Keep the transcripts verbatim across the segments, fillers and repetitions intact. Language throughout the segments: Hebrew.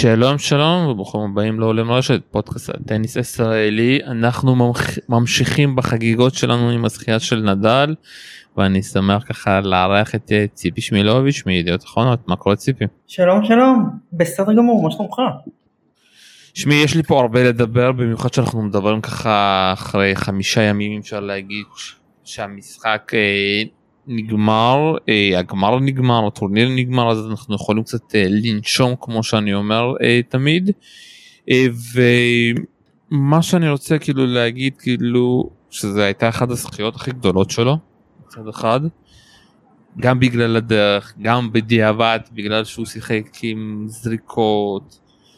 שלום שלום וברוכים הבאים לעולם רשת, פודקאסט הטניס הישראלי. אנחנו ממשיכים בחגיגות שלנו עם הזכייה של נדל, ואני שמח ככה לארח את ציפי שמילוביץ' מידיעות אחרונות. מה קורה ציפי? שלום שלום, בסדר גמור, מה שלומך? שמי, יש לי פה הרבה לדבר, במיוחד שאנחנו מדברים ככה אחרי חמישה ימים, אפשר להגיד שהמשחק אה, נגמר, אה, הגמר נגמר, הטורניר נגמר, אז אנחנו יכולים קצת אה, לנשום, כמו שאני אומר אה, תמיד. אה, ומה שאני רוצה כאילו להגיד, כאילו שזה הייתה אחת הזכיות הכי גדולות שלו, מצד אחד, גם בגלל הדרך, גם בדיעבד, בגלל שהוא שיחק עם זריקות,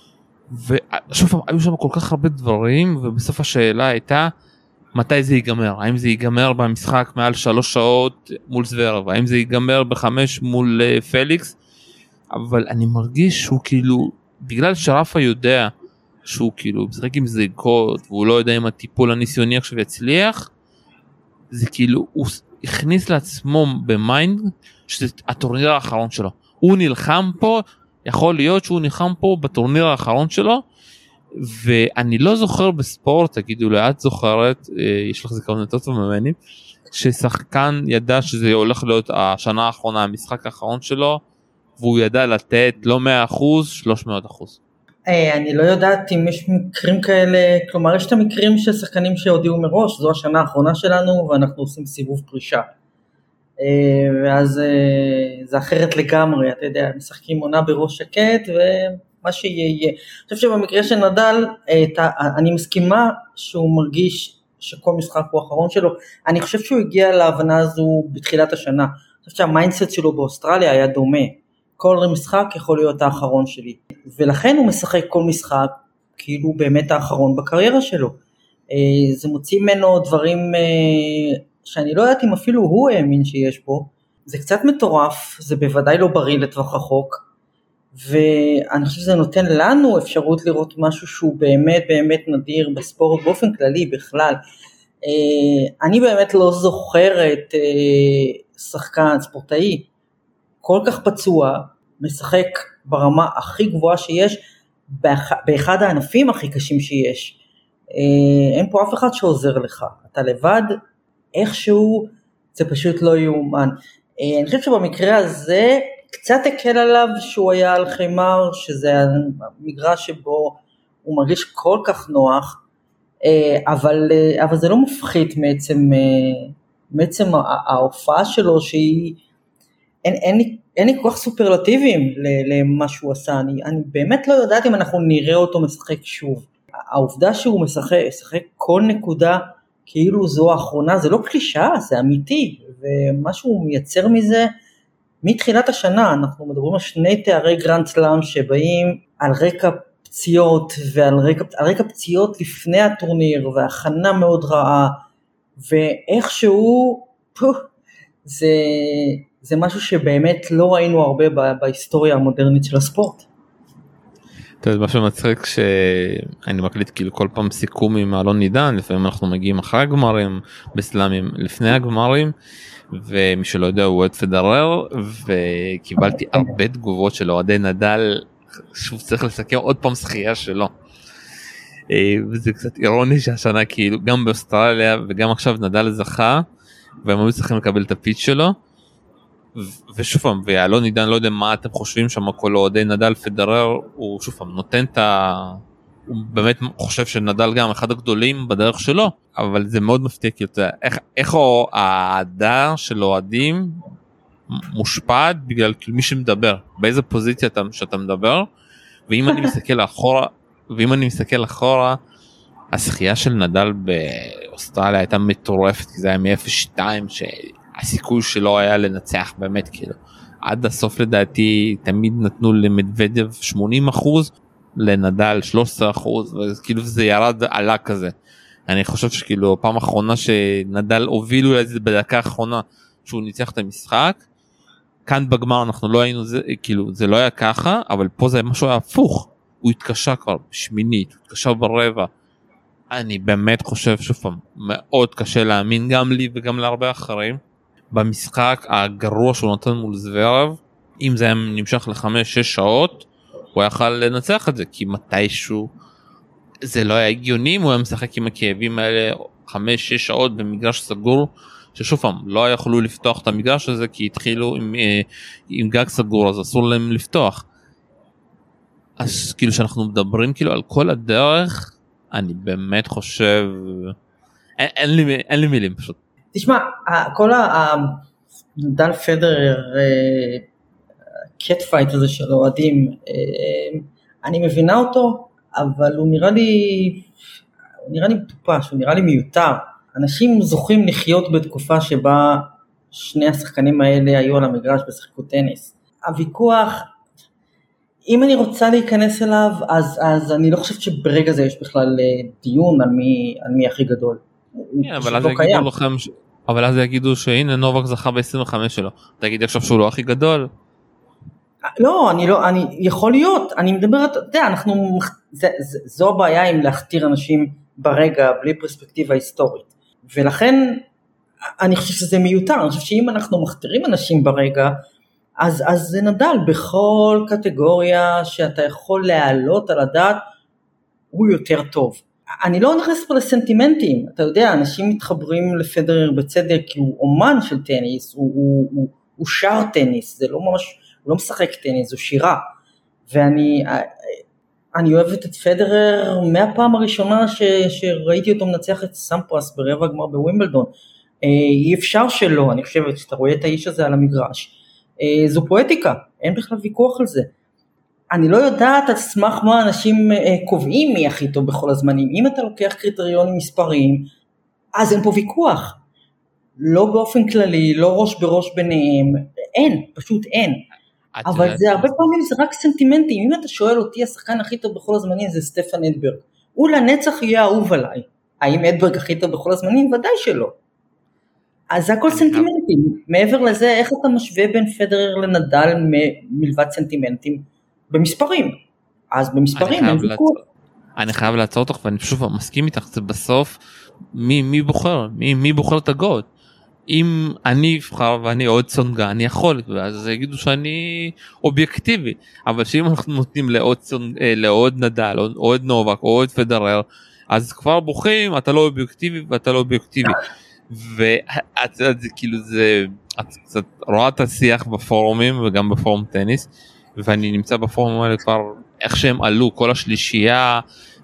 ושוב היו שם כל כך הרבה דברים, ובסוף השאלה הייתה מתי זה ייגמר, האם זה ייגמר במשחק מעל שלוש שעות מול זוורב, האם זה ייגמר בחמש מול uh, פליקס. אבל אני מרגיש שהוא כאילו, בגלל שרפה יודע שהוא כאילו משחק עם זריקות, והוא לא יודע אם הטיפול הניסיוני עכשיו יצליח, זה כאילו הוא הכניס לעצמו במיינד שזה הטורניר האחרון שלו, הוא נלחם פה, יכול להיות שהוא נלחם פה בטורניר האחרון שלו. ואני לא זוכר בספורט, תגידו לי, את זוכרת, יש לך זיכרון יותר טוב ממני, ששחקן ידע שזה הולך להיות השנה האחרונה, המשחק האחרון שלו, והוא ידע לתת לא מאה אחוז, שלוש מאות אחוז. אני לא יודעת אם יש מקרים כאלה, כלומר יש את המקרים של שחקנים שהודיעו מראש, זו השנה האחרונה שלנו ואנחנו עושים סיבוב פרישה. ואז זה אחרת לגמרי, אתה יודע, משחקים עונה בראש שקט ומה שיהיה יהיה. אני חושב שבמקרה של נדל, אני מסכימה שהוא מרגיש שכל משחק הוא האחרון שלו, אני חושב שהוא הגיע להבנה הזו בתחילת השנה, אני חושב שהמיינדסט שלו באוסטרליה היה דומה, כל משחק יכול להיות האחרון שלי, ולכן הוא משחק כל משחק כאילו באמת האחרון בקריירה שלו. זה מוציא ממנו דברים שאני לא יודעת אם אפילו הוא האמין שיש בו, זה קצת מטורף, זה בוודאי לא בריא לטווח רחוק, ואני חושב שזה נותן לנו אפשרות לראות משהו שהוא באמת באמת נדיר בספורט באופן כללי בכלל. אני באמת לא זוכרת שחקן ספורטאי כל כך פצוע, משחק ברמה הכי גבוהה שיש, באחד הענפים הכי קשים שיש. אין פה אף אחד שעוזר לך, אתה לבד, איכשהו זה פשוט לא יאומן. אני חושב שבמקרה הזה קצת הקל עליו שהוא היה על חמר, שזה המגרש שבו הוא מרגיש כל כך נוח, אבל, אבל זה לא מפחית מעצם, מעצם ההופעה שלו שהיא, אין, אין לי, אין לי כל כך סופרלטיביים למה שהוא עשה, אני, אני באמת לא יודעת אם אנחנו נראה אותו משחק שוב. העובדה שהוא משחק, משחק כל נקודה כאילו זו האחרונה, זה לא קלישה, זה אמיתי, ומה שהוא מייצר מזה, מתחילת השנה, אנחנו מדברים על שני תארי גרנד סלאם, שבאים על רקע פציעות, ועל רקע, על רקע פציעות לפני הטורניר, והכנה מאוד רעה, ואיכשהו, פו, זה, זה משהו שבאמת לא ראינו הרבה בהיסטוריה המודרנית של הספורט. אתה יודע, מה שמצחיק שאני מקליט כאילו כל פעם סיכום עם אלון נידן, לפעמים אנחנו מגיעים אחרי הגמרים, בסלאמים לפני הגמרים, ומי שלא יודע הוא אוהד פדרר, וקיבלתי הרבה תגובות של אוהדי נדל, שוב צריך לסכם עוד פעם זכייה שלו. וזה קצת אירוני שהשנה כאילו גם באוסטרליה וגם עכשיו נדל זכה, והם היו צריכים לקבל את הפיץ שלו, ושוב פעם, ואלון נידן לא יודע מה אתם חושבים שם, כל אוהדי נדל פדרר, הוא שוב פעם נותן את ה... הוא באמת חושב שנדל גם אחד הגדולים בדרך שלו, אבל זה מאוד מפתיע, כאילו, איך, איך העדה של אוהדים מושפעת בגלל כאילו מי שמדבר, באיזה פוזיציה אתה, שאתה מדבר, ואם אני מסתכל אחורה, ואם אני מסתכל אחורה, הזכייה של נדל באוסטרליה הייתה מטורפת, כי זה היה מ-אפס שתיים, שהסיכוי שלו היה לנצח באמת, כאילו, עד הסוף לדעתי, תמיד נתנו למדוודב שמונים אחוז, לנדל שלושה עשר אחוז, וכאילו זה ירד עלה כזה. אני חושב שכאילו פעם אחרונה שנדל הובילו לזה בדקה האחרונה שהוא ניצח את המשחק, כאן בגמר אנחנו לא היינו, זה, כאילו זה לא היה ככה, אבל פה זה משהו היה הפוך, הוא התקשה כבר בשמינית, הוא התקשה ברבע. אני באמת חושב שוב פעם, מאוד קשה להאמין גם לי וגם להרבה אחרים, במשחק הגרוע שהוא נותן מול זוורב, אם זה היה נמשך לחמש שש שעות, הוא יכל לנצח את זה, כי מתישהו זה לא היה הגיוני אם הוא היה משחק עם הכאבים האלה חמש שש שעות במגרש סגור, ששוב פעם לא יכולו לפתוח את המגרש הזה כי התחילו עם, עם גג סגור, אז אסור להם לפתוח. אז כאילו שאנחנו מדברים כאילו על כל הדרך, אני באמת חושב אין, אין, לי, אין לי מילים פשוט. תשמע, כל הנדל פדרר קט פייט הזה של אוהדים, אני מבינה אותו, אבל הוא נראה לי הוא נראה לי מטופש, הוא נראה לי מיותר. אנשים זוכים לחיות בתקופה שבה שני השחקנים האלה היו על המגרש בשחקו טניס. הוויכוח, אם אני רוצה להיכנס אליו, אז, אז אני לא חושבת שברגע זה יש בכלל דיון על מי, על מי הכי גדול. כן, אבל אז יגידו לכם, אבל אז יגידו שהנה נובק זכה ב-עשרים וחמש שלו. תגידי עכשיו שהוא לא הכי גדול? לא, אני לא, אני, יכול להיות, אני מדבר, אתה יודע, אנחנו, זה, זה, זו הבעיה עם להכתיר אנשים ברגע, בלי פרספקטיבה היסטורית. ולכן, אני חושב שזה מיותר, אני חושב שאם אנחנו מכתירים אנשים ברגע, אז, אז זה נדל בכל קטגוריה שאתה יכול להעלות על הדעת, הוא יותר טוב. אני לא נכנס פה לסנטימנטים, אתה יודע, אנשים מתחברים לפדרר בצדק, כי הוא אומן של טניס, הוא, הוא, הוא, הוא שר טניס, זה לא ממש, הוא לא משחק טניס, זו שירה, ואני אני אוהבת את פדרר מהפעם הראשונה ש, שראיתי אותו מנצח את סמפרס ברבע הגמר בווימבלדון, אי אפשר שלא, אני חושבת שאתה רואה את האיש הזה על המגרש, זו פואטיקה, אין בכלל ויכוח על זה. אני לא יודעת על סמך מה אנשים קובעים מי הכי טוב בכל הזמנים, אם אתה לוקח קריטריונים מספריים, אז אין פה ויכוח, לא באופן כללי, לא ראש בראש ביניהם, אין, פשוט אין. אבל זה הרבה פעמים זה רק סנטימנטים, אם אתה שואל אותי השחקן הכי טוב בכל הזמנים זה סטפן אדברג, הוא לנצח יהיה אהוב עליי, האם אדברג הכי טוב בכל הזמנים? ודאי שלא. אז זה הכל סנטימנטים, מעבר לזה איך אתה משווה בין פדרר לנדל מלבד סנטימנטים במספרים, אז במספרים אין ויכוח. אני חייב לעצור אותך ואני פשוט מסכים איתך, זה בסוף מי, מי בוחר, מי, מי בוחר את הגוד, אם אני אבחר ואני עוד צונגה אני יכול, אז יגידו שאני אובייקטיבי, אבל שאם אנחנו נותנים לעוד, צונג, לעוד נדל, או עוד נובק, או עוד פדרר, אז כבר בוחרים, אתה לא אובייקטיבי ואתה לא אובייקטיבי, ואת יודעת, זה כאילו זה, את קצת רואה את השיח בפורומים וגם בפורום טניס, ואני נמצא בפורום האלה כבר איך שהם עלו, כל השלישייה,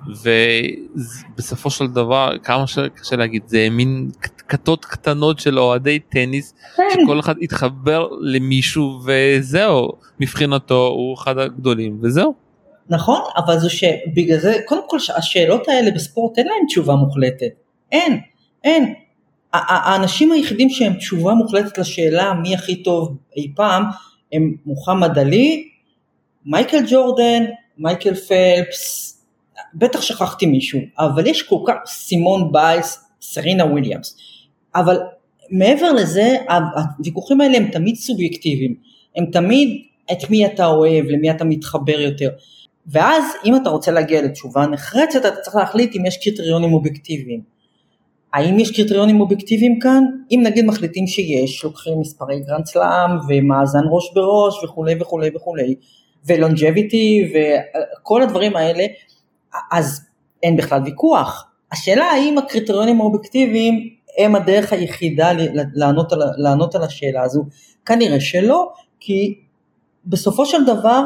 ובסופו של דבר, כמה שקשה להגיד, זה מין כתות קטנות של אוהדי טניס, שכל אחד יתחבר למישהו, וזהו, מבחינתו הוא אחד הגדולים, וזהו. נכון, אבל זה שבגלל זה, קודם כל, השאלות האלה בספורט אין להם תשובה מוחלטת, אין, אין. האנשים היחידים שהם תשובה מוחלטת לשאלה מי הכי טוב אי פעם, הם מוחמד עלי, מייקל ג'ורדן, מייקל פלפס, בטח שכחתי מישהו, אבל יש כל כך, סימון בייס, סרינה וויליאמס, אבל מעבר לזה, הוויכוחים האלה הם תמיד סובייקטיביים, הם תמיד את מי אתה אוהב, למי אתה מתחבר יותר, ואז אם אתה רוצה להגיע לתשובה נחרצת, אתה צריך להחליט אם יש קריטריונים אובייקטיביים, האם יש קריטריונים אובייקטיביים כאן? אם נגיד מחליטים שיש, לוקחים מספרי גרנד סלאם ומאזן ראש בראש וכו' וכו' וכו' ולונג'ביטי וכל הדברים האלה, אז אין בכלל ויכוח. השאלה האם הקריטריונים האובייקטיביים הם הדרך היחידה לענות על, לענות על השאלה הזו? כנראה שלא, כי בסופו של דבר,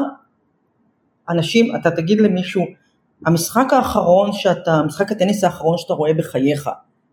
אנשים, אתה תגיד למישהו, המשחק האחרון שאתה, המשחק הטניס האחרון שאתה רואה בחייך,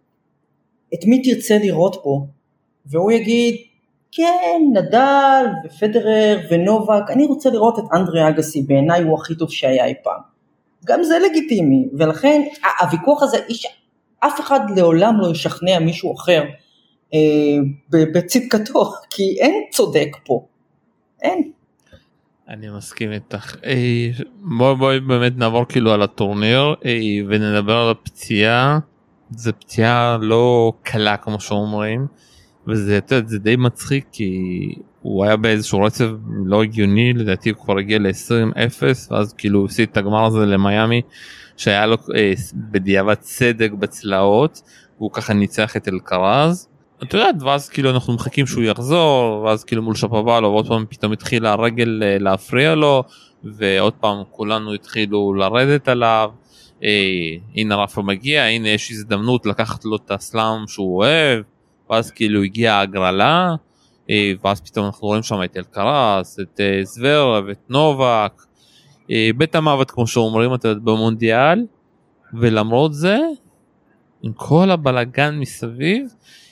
את מי תרצה לראות פה? והוא יגיד, כן, נדל ופדרר ונובק, אני רוצה לראות את אנדרי אגסי, בעיניי הוא הכי טוב שהיה אי פעם. גם זה לגיטימי, ולכן הוויכוח הזה, איש, אף אחד לעולם לא ישכנע מישהו אחר אה, בצדקתו, כי אין צודק פה, אין. אני מסכים איתך. אה, בואי בוא, באמת נעבור כאילו על הטורניר, אה, ונדבר על הפציעה, זה פציעה לא קלה כמו שאומרים, וזה זה די מצחיק כי הוא היה באיזשהו רצף לא הגיוני, לדעתי הוא כבר הגיע ל-עשרים אפס, ואז כאילו הוא עושה את הגמר הזה למיימי, שהיה לו אה, בדיעבד צדק בצלעות, והוא ככה ניצח את אלקרז, אתה יודעת, ואז כאילו אנחנו מחכים שהוא יחזור, ואז כאילו מול שפוואלוב, ועוד פעם פתאום התחילה הרגל להפריע לו, ועוד פעם כולנו התחילו לרדת עליו, אה, הנה רפה מגיע, הנה יש הזדמנות לקחת לו את הסלאם שהוא אוהב, ואז כאילו הגיעה הגרלה, אה, ואז פתאום אנחנו רואים שם את אלקרס, את אה, זוורב, את נובק, אה, בית המוות כמו שאומרים את במונדיאל, ולמרות זה, עם כל הבלגן מסביב,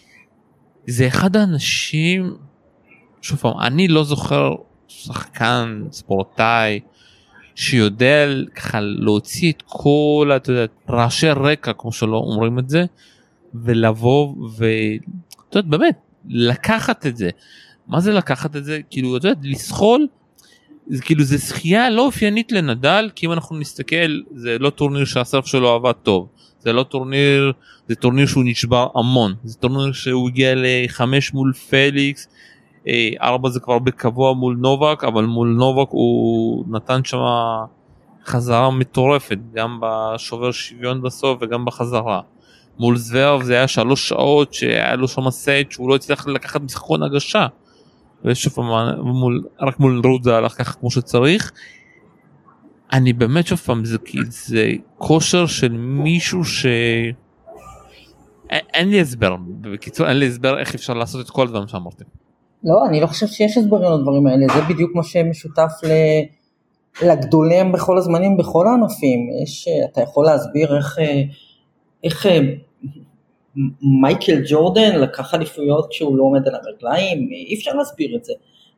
זה אחד האנשים, שוב פעם, אני לא זוכר שחקן, ספורטאי, שיודע ככה להוציא את כל, אתה יודע, רעשי רקע, כמו שלא אומרים את זה, ולבוא ו... אתה יודע, באמת, לקחת את זה. מה זה לקחת את זה? כאילו, אתה יודע, לסחול, זה, כאילו, זה שחייה לא אופיינית לנדל, כי אם אנחנו נסתכל, זה לא טורניר שהסרף שלו עבד טוב. זה לא טורניר, זה טורניר שהוא נשבר המון. זה טורניר שהוא הגיע לחמש מול פליקס, ארבע זה כבר בקבוע מול נובק, אבל מול נובק הוא נתן שם חזרה מטורפת, גם בשובר שוויון בסוף וגם בחזרה. מול זוורב זה היה שלוש שעות שהיה לו שם סט שהוא לא הצליח לקחת משחקון הגשה, ושוב פעם, מול, רק מול רוד זה הלך ככה כמו שצריך. אני באמת שוב פעם, זה, זה כושר של מישהו ש... אין, אין לי הסבר, בקיצור אין לי הסבר איך אפשר לעשות את כל הדברים שאמרתי. לא, אני לא חושב שיש הסברים לדברים האלה, זה בדיוק מה שמשותף לגדולים בכל הזמנים, בכל הענפים. יש, אתה יכול להסביר איך, איך מייקל ג'ורדן לקח אליפויות כשהוא לא עומד על הרגליים, אי אפשר להסביר את זה.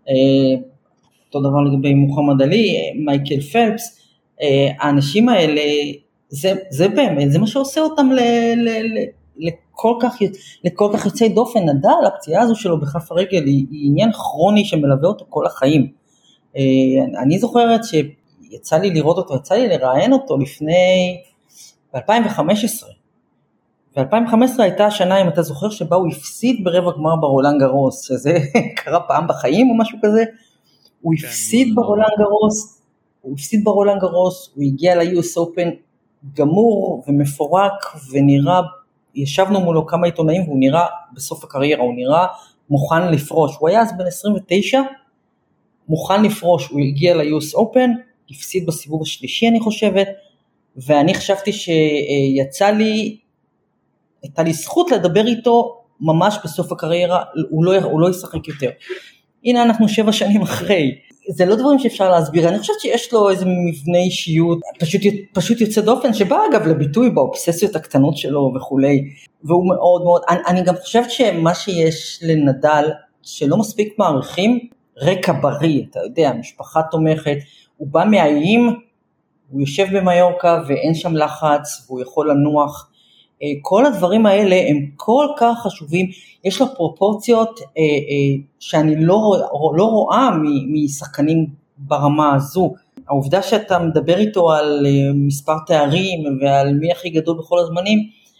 אותו דבר לגבי מוחמד עלי, מייקל פלפס, האנשים האלה, זה, זה באמת, זה מה שעושה אותם ל... ל, ל לכל כך, לכל כך יוצאי דופן. נדל, הפציעה הזו שלו בכף הרגל היא, היא עניין כרוני שמלווה אותו כל החיים. אני זוכרת שיצא לי לראות אותו, יצא לי לראיין אותו לפני ב-אלפיים וחמש עשרה. ב-אלפיים וחמש עשרה הייתה השנה, אם אתה זוכר, שבה הוא הפסיד ברבע גמר ברולאן גרוס, שזה קרה פעם בחיים או משהו כזה. הוא הפסיד ברולאן גרוס, הוא הפסיד ברולאן גרוס, הוא הגיע ל-יו אס Open גמור ומפורק ונראה, ישבנו מולו כמה עיתונאים והוא נראה בסוף הקריירה, הוא נראה מוכן לפרוש, הוא היה אז בן עשרים ותשע, מוכן לפרוש, הוא הגיע ל-יו אס Open, הפסיד בסיבוב השלישי אני חושבת, ואני חשבתי שיצא לי, הייתה לי זכות לדבר איתו ממש בסוף הקריירה, הוא לא, הוא לא ישחק יותר. הנה אנחנו שבע שנים אחרי, זה לא דברים שאפשר להסביר, אני חושבת שיש לו איזה מבנה אישיות, פשוט, פשוט יוצא דופן, שבא אגב לביטוי באובססיות הקטנות שלו וכולי, והוא מאוד מאוד, אני, אני גם חושבת שמה שיש לנדל, שלא מספיק מעריכים, רקע בריא, אתה יודע, משפחה תומכת, הוא בא מהאיים, הוא יושב במיורקה ואין שם לחץ, והוא יכול לנוח, כל הדברים האלה הם כל כך חשובים, יש לו פרופורציות אה, אה, שאני לא, לא רואה משחקנים ברמה הזו. העובדה שאתה מדבר איתו על אה, מספר תארים ועל מי הכי גדול בכל הזמנים,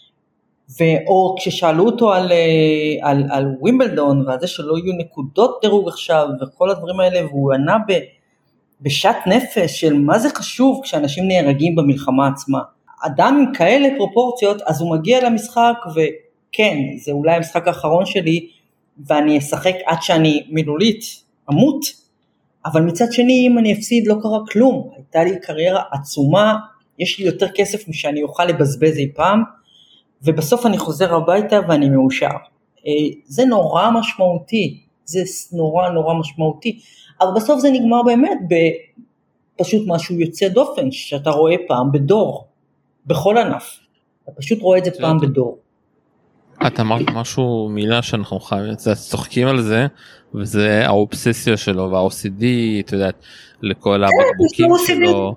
או כששאלו אותו על, אה, על, על ווימבלדון ועל זה שלא יהיו נקודות דירוג עכשיו וכל הדברים האלה, והוא ענה ב, בשעת נפש של מה זה חשוב כשאנשים נהרגים במלחמה עצמה. אדם עם כאלה פרופורציות, אז הוא מגיע למשחק, וכן, זה אולי המשחק האחרון שלי, ואני אשחק עד שאני מילולית אמות, אבל מצד שני, אם אני אפסיד, לא קרה כלום, הייתה לי קריירה עצומה, יש לי יותר כסף משאני אוכל לבזבז אי פעם, ובסוף אני חוזר הביתה ואני מאושר. זה נורא משמעותי, זה נורא נורא משמעותי, אבל בסוף זה נגמר באמת, בפשוט משהו יוצא דופן, שאתה רואה פעם בדור, בכל ענף, אתה פשוט רואה את זה פעם בדור. את אמרת משהו, מילה שאנחנו צוחקים על זה, וזה האובססיה שלו, וה-או סי די, אתה יודעת, לכל הבקבוקים שלו,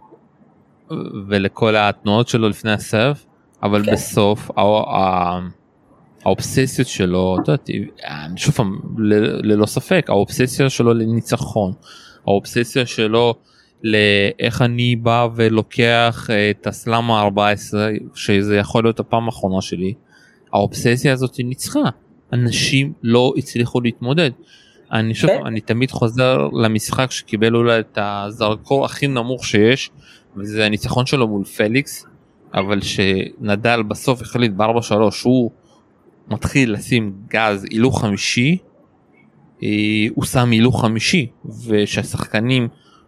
ולכל התנועות שלו לפני הסרף, אבל בסוף, האובססיות שלו, אתה יודעת, שוב פעם, ללא ספק, האובססיה שלו לניצחון, האובססיה שלו, לאיך אני בא ולוקח את הסלאם ה-ארבע עשרה, שזה יכול להיות הפעם האחרונה שלי, האובססיה הזאת ניצחה, אנשים לא הצליחו להתמודד. אני שוב, אני תמיד חוזר למשחק שקיבל אולי את הזרקור הכי נמוך שיש, וזה הניצחון שלו מול פליקס, אבל שנדל בסוף החליט ב-ארבע שלוש, הוא מתחיל לשים גז הילוך חמישי, הוא שם הילוך חמישי, ושהשחקנים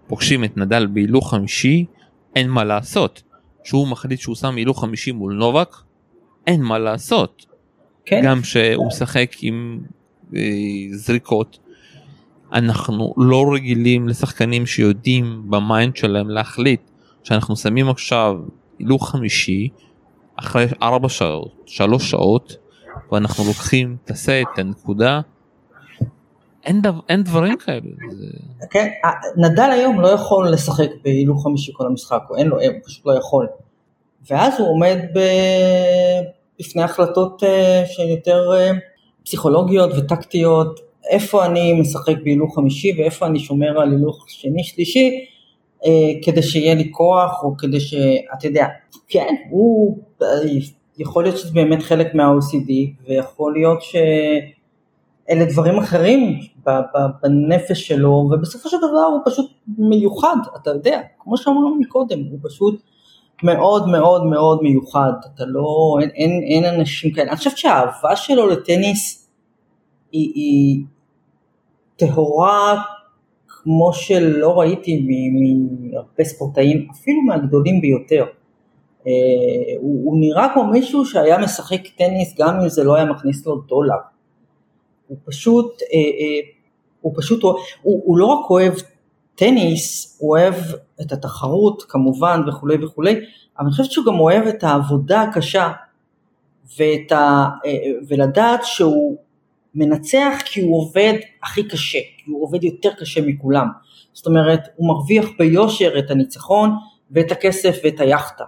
פוגשים את נדל בהילוך חמישי, אין מה לעשות. שהוא מחליט שהוא שם הילוך חמישי מול נובק, אין מה לעשות. כן. גם שהוא משחק עם אה, זריקות, אנחנו לא רגילים לשחקנים שיודעים במיינד שלהם להחליט, שאנחנו שמים עכשיו הילוך חמישי, אחרי ארבע שעות, שלוש שעות, ואנחנו לוקחים, תעשה את הנקודה, אין, דו, אין דברים כאלה. זה... כן, נדל היום לא יכול לשחק בהילוך חמישי כל המשחק, או אין לו, הוא פשוט לא יכול. ואז הוא עומד ב... בפני החלטות שהן יותר פסיכולוגיות וטקטיות, איפה אני משחק בהילוך חמישי, ואיפה אני שומר על הילוך שני, שלישי, כדי שיהיה לי כוח, או כדי שאתה יודע, כן, הוא יכול להיות שזה באמת חלק מה-או אי סי די, ויכול להיות שאלה דברים אחרים בנפש שלו, ובסופו של דבר הוא פשוט מיוחד, אתה יודע, כמו שאמרנו מקודם, הוא פשוט מאוד מאוד מאוד מיוחד, אתה לא, אין, אין, אין אנשים כאלה, אני חושבת שהאהבה שלו לטניס, היא, היא טהורה, כמו שלא ראיתי מהרבה ספורטאים, אפילו מהגדולים ביותר, הוא, הוא נראה כמו מישהו שהיה משחק טניס, גם אם זה לא היה מכניס לו דולר, הוא פשוט, הוא פשוט, הוא, הוא לא רק אוהב טניס, הוא אוהב את התחרות כמובן וכו' וכו', אבל אני חושבת שהוא גם אוהב את העבודה הקשה, ואת ה, ולדעת שהוא מנצח כי הוא עובד הכי קשה, כי הוא עובד יותר קשה מכולם, זאת אומרת הוא מרוויח ביושר את הניצחון ואת הכסף ואת היחטה,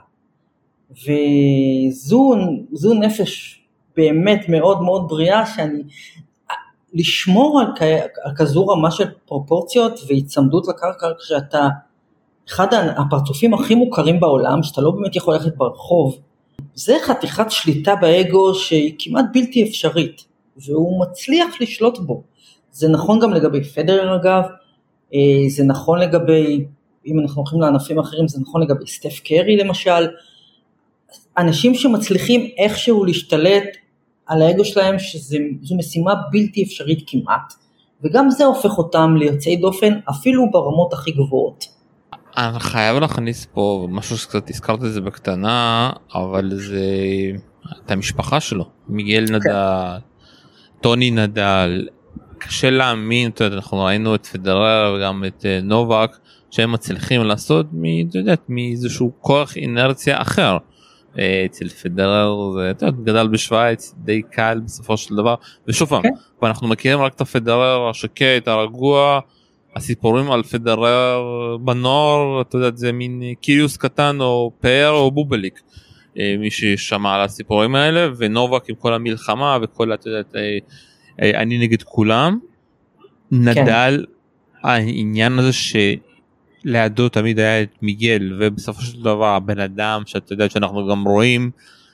וזו נפש באמת מאוד מאוד בריאה, שאני לשמור על, על כזו רמה של פרופורציות והצמדות לקרקע, כשאתה אחד הפרצופים הכי מוכרים בעולם, שאתה לא באמת יכול ללכת ברחוב, זה חתיכת שליטה באגו שהיא כמעט בלתי אפשרית, והוא מצליח לשלוט בו. זה נכון גם לגבי פדרר אגב, זה נכון לגבי, אם אנחנו הולכים לענפים אחרים, זה נכון לגבי סטף קרי למשל, אנשים שמצליחים איכשהו להשתלט על האגו שלהם, שזו משימה בלתי אפשרית כמעט, וגם זה הופך אותם ליוצאי דופן, אפילו ברמות הכי גבוהות. אני חייב להכניס פה משהו שקצת הזכרת את זה בקטנה, אבל זה את המשפחה שלו, מיגל נדל, טוני נדל, קשה להאמין, אנחנו ראינו את פדרר וגם את נובק, שהם מצליחים לעשות מאיזשהו כוח אינרציה אחר. אצל פדרר זה גדל בשוויץ, די קל בסופו של דבר, ושוב פעם, ואנחנו מכירים רק את הפדרר השקט, הרגוע, הסיפורים על פדרר בנוער, אתה יודע, זה מין קיריוס קטן או פאר או בובליק, מי ששמע על הסיפורים האלה, ונובק עם כל המלחמה וכל, אתה יודע, אני נגד כולם, נדל, העניין הזה שלידו תמיד היה את מיגל, ובסופו של דבר הבן אדם שאתה יודע שאנחנו גם רואים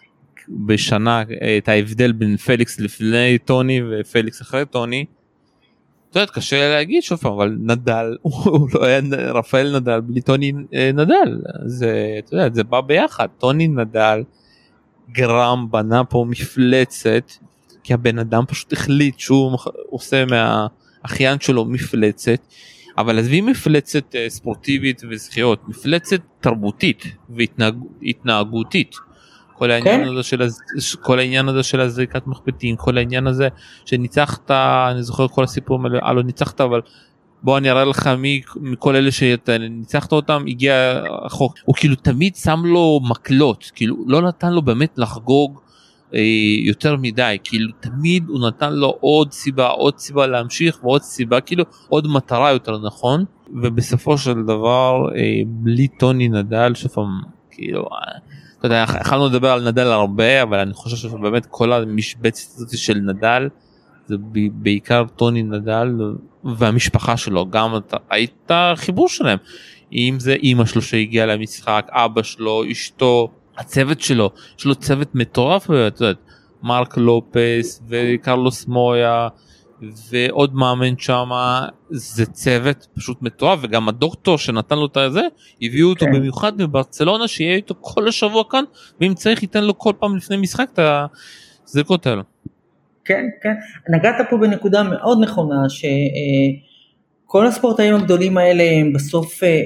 בשנה את ההבדל בין פליקס לפני טוני ופליקס אחרי טוני, אתה יודע, קשה להגיד שוב פעם, אבל נדל, הוא לא היה רפאל נדל בלי טוני נדל, זה, אתה יודע, זה בא ביחד, טוני נדל גרם בנה פה מפלצת, כי הבן אדם פשוט החליט שהוא עושה מהאחיין שלו מפלצת, אבל עזבי מפלצת ספורטיבית וזכיות, מפלצת תרבותית והתנהגותית, כל העניין הזה של כל העניין הזה של הזריקת מחבטים, כל העניין הזה שניצחת, אני זוכר כל הסיפור מלא, לא ניצחת, אבל בוא אני אראה לך מי מכל אלה שאתה ניצחת אותם הגיע החוק, הוא כאילו תמיד שם לו מקלות, כאילו לא נתן לו באמת לחגוג יותר מדי, כאילו תמיד הוא נתן לו עוד סיבה, עוד סיבה להמשיך ועוד סיבה, כאילו עוד מטרה יותר נכון, ובסופו של דבר בלי טוני נדל, שפעם כאילו, אתה יודע, יכולנו לדבר על נדל הרבה, אבל אני חושב שבאמת כל המשבצת הזאת של נדל, זה בעיקר טוני נדל והמשפחה שלו, גם היית חיבור שלהם, אם זה אמא שלו שהגיעה למשחק, אבא שלו, אשתו, הצוות שלו, יש לו צוות מטורף, אתה יודע, מרק לופס וקרלוס מויה ועוד מאמן שם, זה צוות פשוט מטורף, וגם הדוקטור שנתן לו את זה, הביאו אותו כן. במיוחד מברצלונה, שיהיה איתו כל השבוע כאן, ואם צריך ייתן לו כל פעם לפני משחק את הזריקות האלה. כן, כן, נגעת פה בנקודה מאוד נכונה, ש... כל הספורטאים הגדולים האלה הם בסוף אה, אה,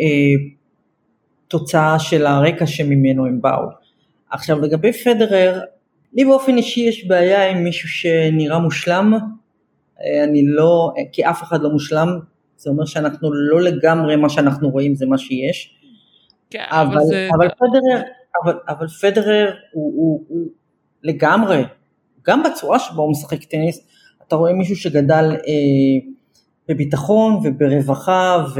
תוצאה של הרקע שממנו הם באו. עכשיו לגבי פדרר, לי באופן אישי יש בעיה עם מישהו שנראה מושלם, אני לא, כי אף אחד לא מושלם, זה אומר שאנחנו לא לגמרי מה שאנחנו רואים זה מה שיש, כן, אבל, אבל, זה... אבל פדרר, אבל, אבל פדרר הוא, הוא, הוא לגמרי, גם בצורה שבה הוא משחק טניס, אתה רואה מישהו שגדל אה, בביטחון וברווחה ו,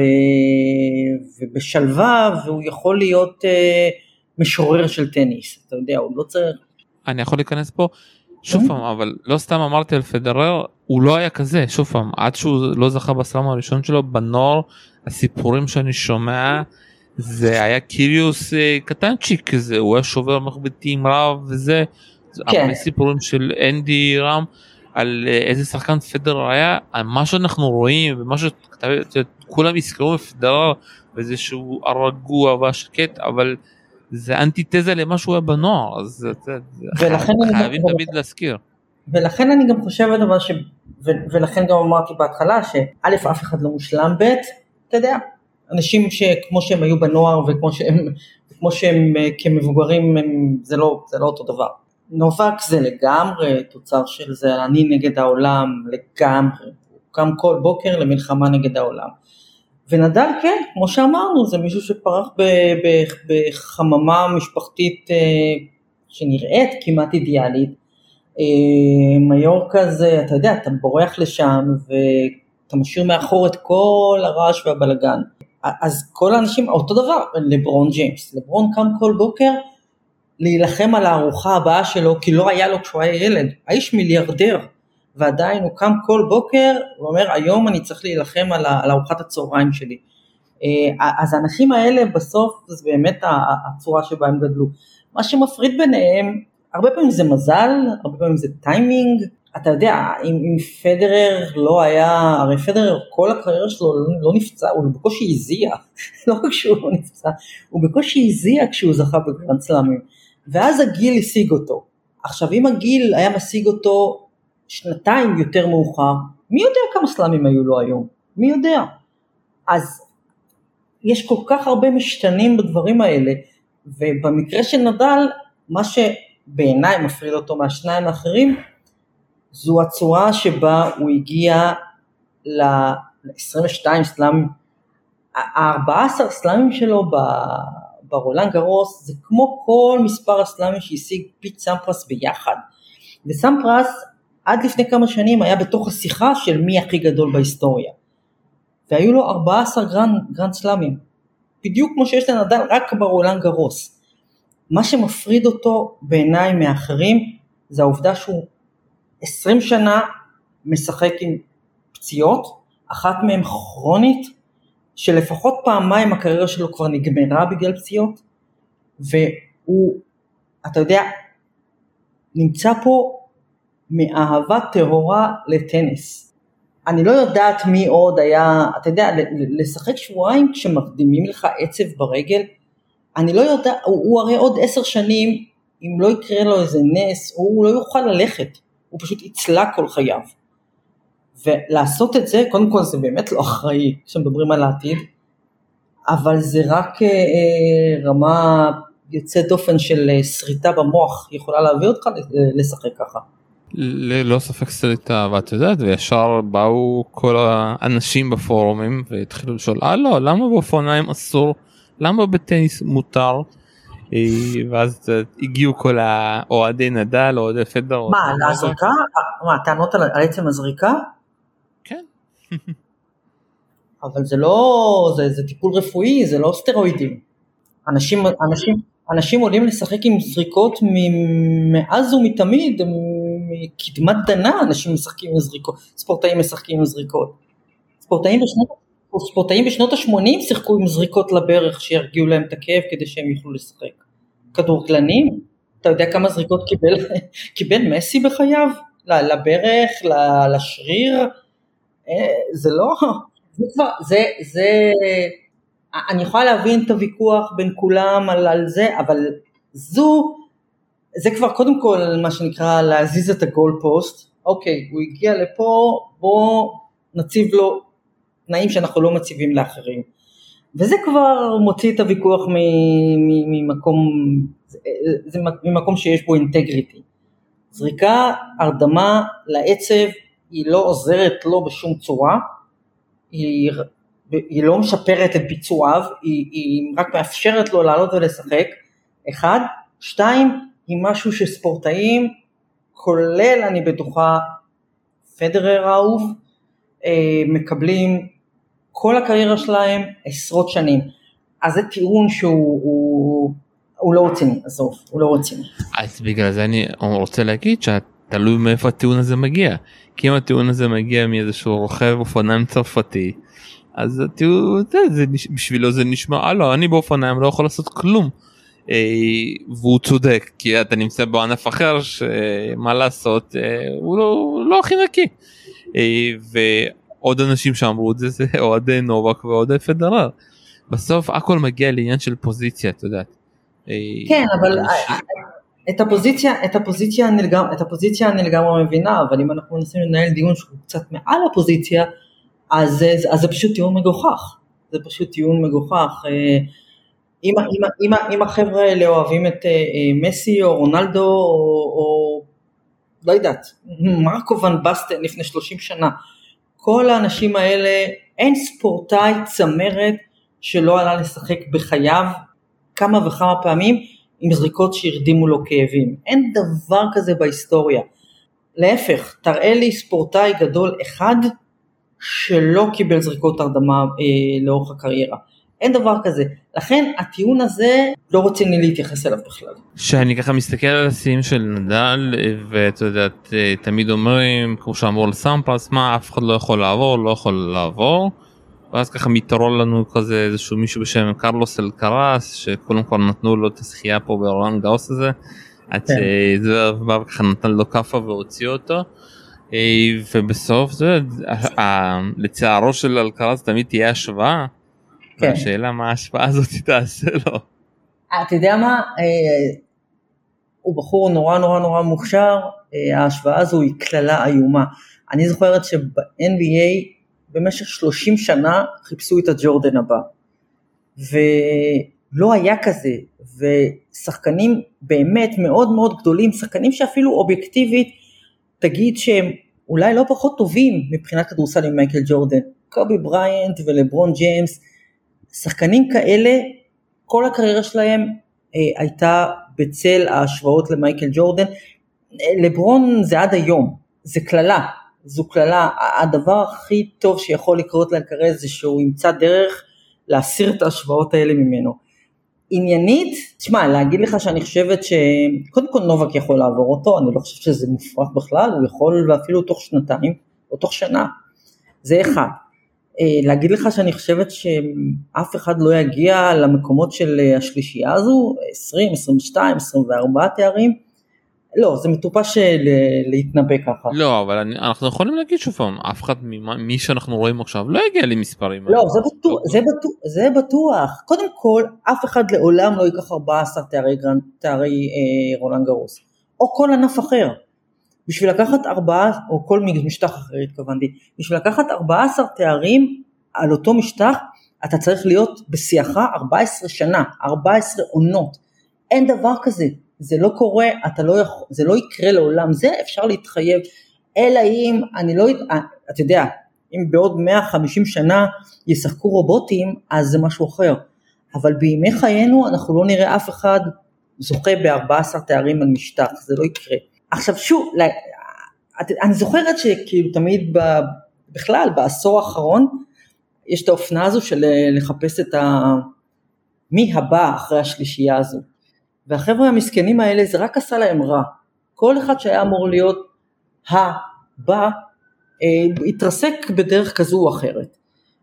ובשלווה, והוא יכול להיות אה, משורר של טניס, אתה יודע, הוא לא צריך... אני יכול להיכנס פה, שוב פעם, אבל לא סתם אמרתי על פדרר, הוא לא היה כזה, שוב פעם, עד שהוא לא זכה בסלאם הראשון שלו, בנוער, הסיפורים שאני שומע, זה היה קיריוס קטנצ'יק כזה, הוא היה שובר מחבטים רב וזה, כן. הרבה סיפורים של אנדי רם, על איזה שחקן פדרר היה, על מה שאנחנו רואים, ומה שכולם יזכרו בפדרר, וזה שהוא הרגוע והשקט, אבל זה אנטיתזה למה שהוא היה בנוער, אז חייבים תמיד להזכיר. ולכן אני גם חושבת, אבל ש... ו... ולכן גם אמרתי בהתחלה, שא' אף אחד לא מושלם, ב' אתה יודע, אנשים שכמו שהם היו בנוער, וכמו שהם, וכמו שהם כמבוגרים, הם... זה, לא, זה לא אותו דבר. נובק זה לגמרי תוצר של זה, אני נגד העולם, לגמרי, הוא קם כל בוקר למלחמה נגד העולם. ונדל כן, כמו שאמרנו, זה מישהו שפרח ב, ב, בחממה משפחתית אה, שנראית כמעט אידיאלית, אה, מיורקה זה, אתה יודע, אתה בורח לשם ואתה משאיר מאחור את כל הרעש והבלגן, אז כל האנשים, אותו דבר, לברון ג'יימס, לברון קם כל בוקר להילחם על הארוחה הבאה שלו, כי לא היה לו כשהוא היה ילד, האיש מיליארדר, ועדיין הוא קם כל בוקר, הוא אומר, היום אני צריך להילחם על, על ארוחת הצהריים שלי. אז האנשים האלה בסוף, זה באמת הצורה שבה הם גדלו. מה שמפריד ביניהם, הרבה פעמים זה מזל, הרבה פעמים זה טיימינג, אתה יודע, אם, אם פדרר לא היה, הרי פדרר כל הקריירה שלו לא נפצע, הוא בקושי הזיע, לא רק שהוא לא נפצע, הוא בקושי הזיע כשהוא זכה בגרנד סלאמים, ואז הגיל השיג אותו. עכשיו אם הגיל היה משיג אותו, שנתיים יותר מאוחר, מי יודע כמה סלאמים היו לו היום? מי יודע? אז יש כל כך הרבה משתנים בדברים האלה, ובמקרה של נדל, מה שבעיניי מפריד אותו מהשניים האחרים, זו הצורה שבה הוא הגיע ל-עשרים ושתיים סלאמים, ה-ארבעה עשר סלאמים שלו ברולאן גארוס, זה כמו כל מספר הסלאמים שהשיג פיט סמפרס ביחד, וסמפרס, עד לפני כמה שנים היה בתוך השיחה של מי הכי גדול בהיסטוריה. והיו לו ארבעה עשר גרנד, גרנד סלאמים. בדיוק כמו שיש לנדל רק ברולאן גארוס. מה שמפריד אותו בעיניי מאחרים, זה העובדה שהוא עשרים שנה משחק עם פציעות, אחת מהן כרונית, שלפחות פעמיים הקריירה שלו כבר נגמרה בגלל פציעות, והוא, אתה יודע, נמצא פה, מאהבה טהורה לטניס. אני לא יודעת מי עוד היה, אתה יודע, לשחק שבועיים כשמקדימים לך עצב ברגל, אני לא יודע, הוא, הוא הרי עוד עשר שנים, אם לא יקרה לו איזה נס, הוא לא יוכל ללכת, הוא פשוט יצלה כל חייו. ולעשות את זה, קודם כל זה באמת לא אחראי, כשמדברים על העתיד, אבל זה רק אה, רמה יוצאת דופן של שריטה במוח, יכולה להביא אותך לשחק ככה. ללא ספק סריטה, ואת יודעת, וישר באו כל האנשים בפורומים והתחילו לשאול, אה לא, למה באופניים אסור, למה בטניס מותר, ואז הגיעו כל האוהדי נדל, אוהדי פדרר. מה, על הזריקה? מה, טענות על עצם הזריקה? כן. אבל זה לא, זה, זה טיפול רפואי, זה לא סטרואידים. אנשים, אנשים, אנשים עולים לשחק עם זריקות מאז ומתמיד, מקדמת דנה, אנשים משחקים עם זריקות, ספורטאים משחקים עם זריקות. ספורטאים בשנות, ספורטאים בשנות ה-שמונים שיחקו עם זריקות לברך, שירגיעו להם את הכאב כדי שהם יוכלו לשחק. כדורגלנים, אתה יודע כמה זריקות קיבל, קיבל מסי בחייו? לברך, לשריר, זה לא, זה כבר, זה, זה, אני יכולה להבין את הוויכוח בין כולם על, על זה, אבל זו, זה כבר קודם כל מה שנקרא להזיז את הגול פוסט, אוקיי, הוא הגיע לפה, בוא נציב לו תנאים שאנחנו לא מציבים לאחרים. וזה כבר מוציא את הוויכוח ממקום, זה ממקום שיש בו אינטגריטי. זריקה, הרדמה לעצב, היא לא עוזרת לו בשום צורה, היא, היא לא משפרת את ביצועיו, היא, היא רק מאפשרת לו לעלות ולשחק, אחד, שתיים, היא משהו שספורטאים, כולל אני בטוחה, פדרר האהוב, מקבלים כל הקריירה שלהם עשרות שנים. אז זה טיעון שהוא הוא, הוא לא רציני, עזוב, הוא לא רציני. אז בגלל זה אני רוצה להגיד שתלוי מאיפה הטיעון הזה מגיע. כי אם הטיעון הזה מגיע מאיזשהו רוכב אופניים צרפתי, אז הטיעון, זה, זה, בשבילו זה נשמע, הלו, אני באופניים לא יכול לעשות כלום. והוא צודק, כי אתה נמצא בענף אחר, שמה לעשות, הוא לא, הוא לא הכי נקי. ועוד אנשים שאמרו את זה, זה אוהדי נובק ואוהדי פדרר. בסוף הכל מגיע לעניין של פוזיציה, אתה יודעת. כן, אבל את הפוזיציה, את הפוזיציה אני לגמרי, את הפוזיציה אני לגמרי מבינה, אבל אם אנחנו מנסים לנהל דיון שהוא קצת מעל הפוזיציה, אז, אז זה פשוט טיעון מגוחך. זה פשוט טיעון מגוחך. אם, אם, אם, אם החבר'ה האלה אוהבים את מסי או רונלדו או, או לא יודעת, מרקו ון בסטן לפני שלושים שנה, כל האנשים האלה, אין ספורטאי צמרת שלא עלה לשחק בחייו כמה וכמה פעמים עם זריקות שירדימו לו כאבים. אין דבר כזה בהיסטוריה. להפך, תראה לי ספורטאי גדול אחד שלא קיבל זריקות הרדמה אה, לאורך הקריירה. אין דבר כזה. לכן הטיעון הזה לא רוצים לי להתייחס אליו בכלל. שאני ככה מסתכל על השיאים של נדל, ואתה יודעת, תמיד אומרים, כמו שאמרו לסמפרס, מה, אף אחד לא יכול לעבור, לא יכול לעבור, ואז ככה מתערול לנו כזה איזשהו מישהו בשם קרלוס אלקרס, שקודם כל נתנו לו את השחייה פה ברולאן גאוס הזה, עד שזה בא וככה נתן לו כפה והוציא אותו, ובסוף זה, לצערו של אלקרס תמיד תהיה השוואה, והשאלה מה ההשפעה הזאת תעשה לו. אתה יודע מה, הוא בחור נורא נורא נורא מוכשר, ההשוואה הזו היא כללה איומה. אני זוכרת שב-אן בי איי במשך שלושים שנה חיפשו את הג'ורדן הבא, ולא היה כזה, ושחקנים באמת מאוד מאוד גדולים, שחקנים שאפילו אובייקטיבית תגיד שהם אולי לא פחות טובים מבחינת כדורסל עם מייקל ג'ורדן, קובי בריינט ולברון ג'יימס, שחקנים כאלה, כל הקריירה שלהם אה, הייתה בצל ההשוואות למייקל ג'ורדן. לברון זה עד היום, זה כללה, זו כללה. הדבר הכי טוב שיכול לקרות לאלקרז זה שהוא ימצא דרך להסיר את ההשוואות האלה ממנו. עניינית, תשמע, להגיד לך שאני חושבת שקודם כל נובק יכול לעבור אותו, אני לא חושבת שזה מופרך בכלל, הוא יכול ואפילו תוך שנתיים או תוך שנה, זה אחד. להגיד לך שאני חושבת שאף אחד לא יגיע למקומות של השלישייה הזו, עשרים, עשרים ושתיים, עשרים וארבע תארים, לא, זה מטופש להתנבא ככה. לא, אבל אנחנו יכולים להגיד שוב פעם, אף אחד ממי שאנחנו רואים עכשיו לא יגיע למספרים. לא, זה בטוח, זה בטוח, זה בטוח. קודם כל, אף אחד לעולם לא ייקח ארבעה עשר תארי, תארי אה, רולאן גארוס, או כל ענף אחר. בשביל לקחת ארבעה, או כל משטח אחר התכוונתי, בשביל לקחת ארבעה עשר תארים על אותו משטח, אתה צריך להיות בשיחה ארבע עשרה שנה, ארבע עשרה עונות. אין דבר כזה, זה לא קורה, אתה לא יכול, זה לא יקרה לעולם, זה אפשר להתחייב, אלא אם, אני לא, אתה יודע, אם בעוד מאה וחמישים שנה ישחקו רובוטים, אז זה משהו אחר. אבל בימי חיינו, אנחנו לא נראה אף אחד זוכה ב-ארבעה עשר תארים על משטח, זה לא יקרה. עכשיו שוב, אני זוכרת שכאילו תמיד בכלל, בעשור האחרון, יש את האופנה הזו של לחפש את ה... מי הבא אחרי השלישייה הזו. והחבר'ה המסכנים האלה, זה רק עשה להם רע. כל אחד שהיה אמור להיות הבא, התרסק בדרך כזו או אחרת.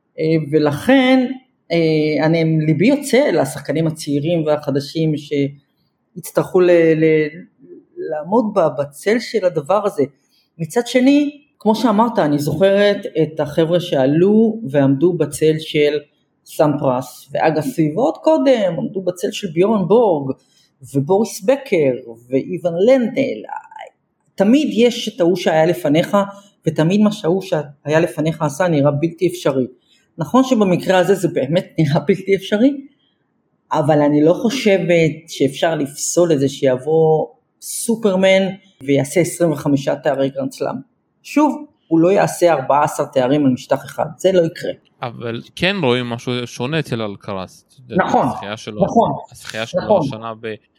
ולכן, אני ליבי יוצא לשחקנים הצעירים והחדשים, שהצטרכו ל... לעמוד בצל של הדבר הזה. מצד שני, כמו שאמרת, אני זוכרת את החבר'ה שעלו ועמדו בצל של סמפרס, ואגסי ועוד קודם, עמדו בצל של ביורן בורג, ובוריס בקר, ואיוון לנדל. תמיד יש את ההוא שהיה לפניך, ותמיד מה שההוא שהיה לפניך עשה נראה בלתי אפשרי. נכון שבמקרה הזה זה באמת נראה בלתי אפשרי, אבל אני לא חושבת שאפשר לפסול את זה שיבוא סופרמן ויעשה עשרים וחמישה תארי גרנד סלאם. שוב, הוא לא יעשה ארבעה עשר תארים על משטח אחד, זה לא יקרה. אבל כן רואים משהו שונה אצל אלקרס. נכון, נכון. השחייה שלו השנה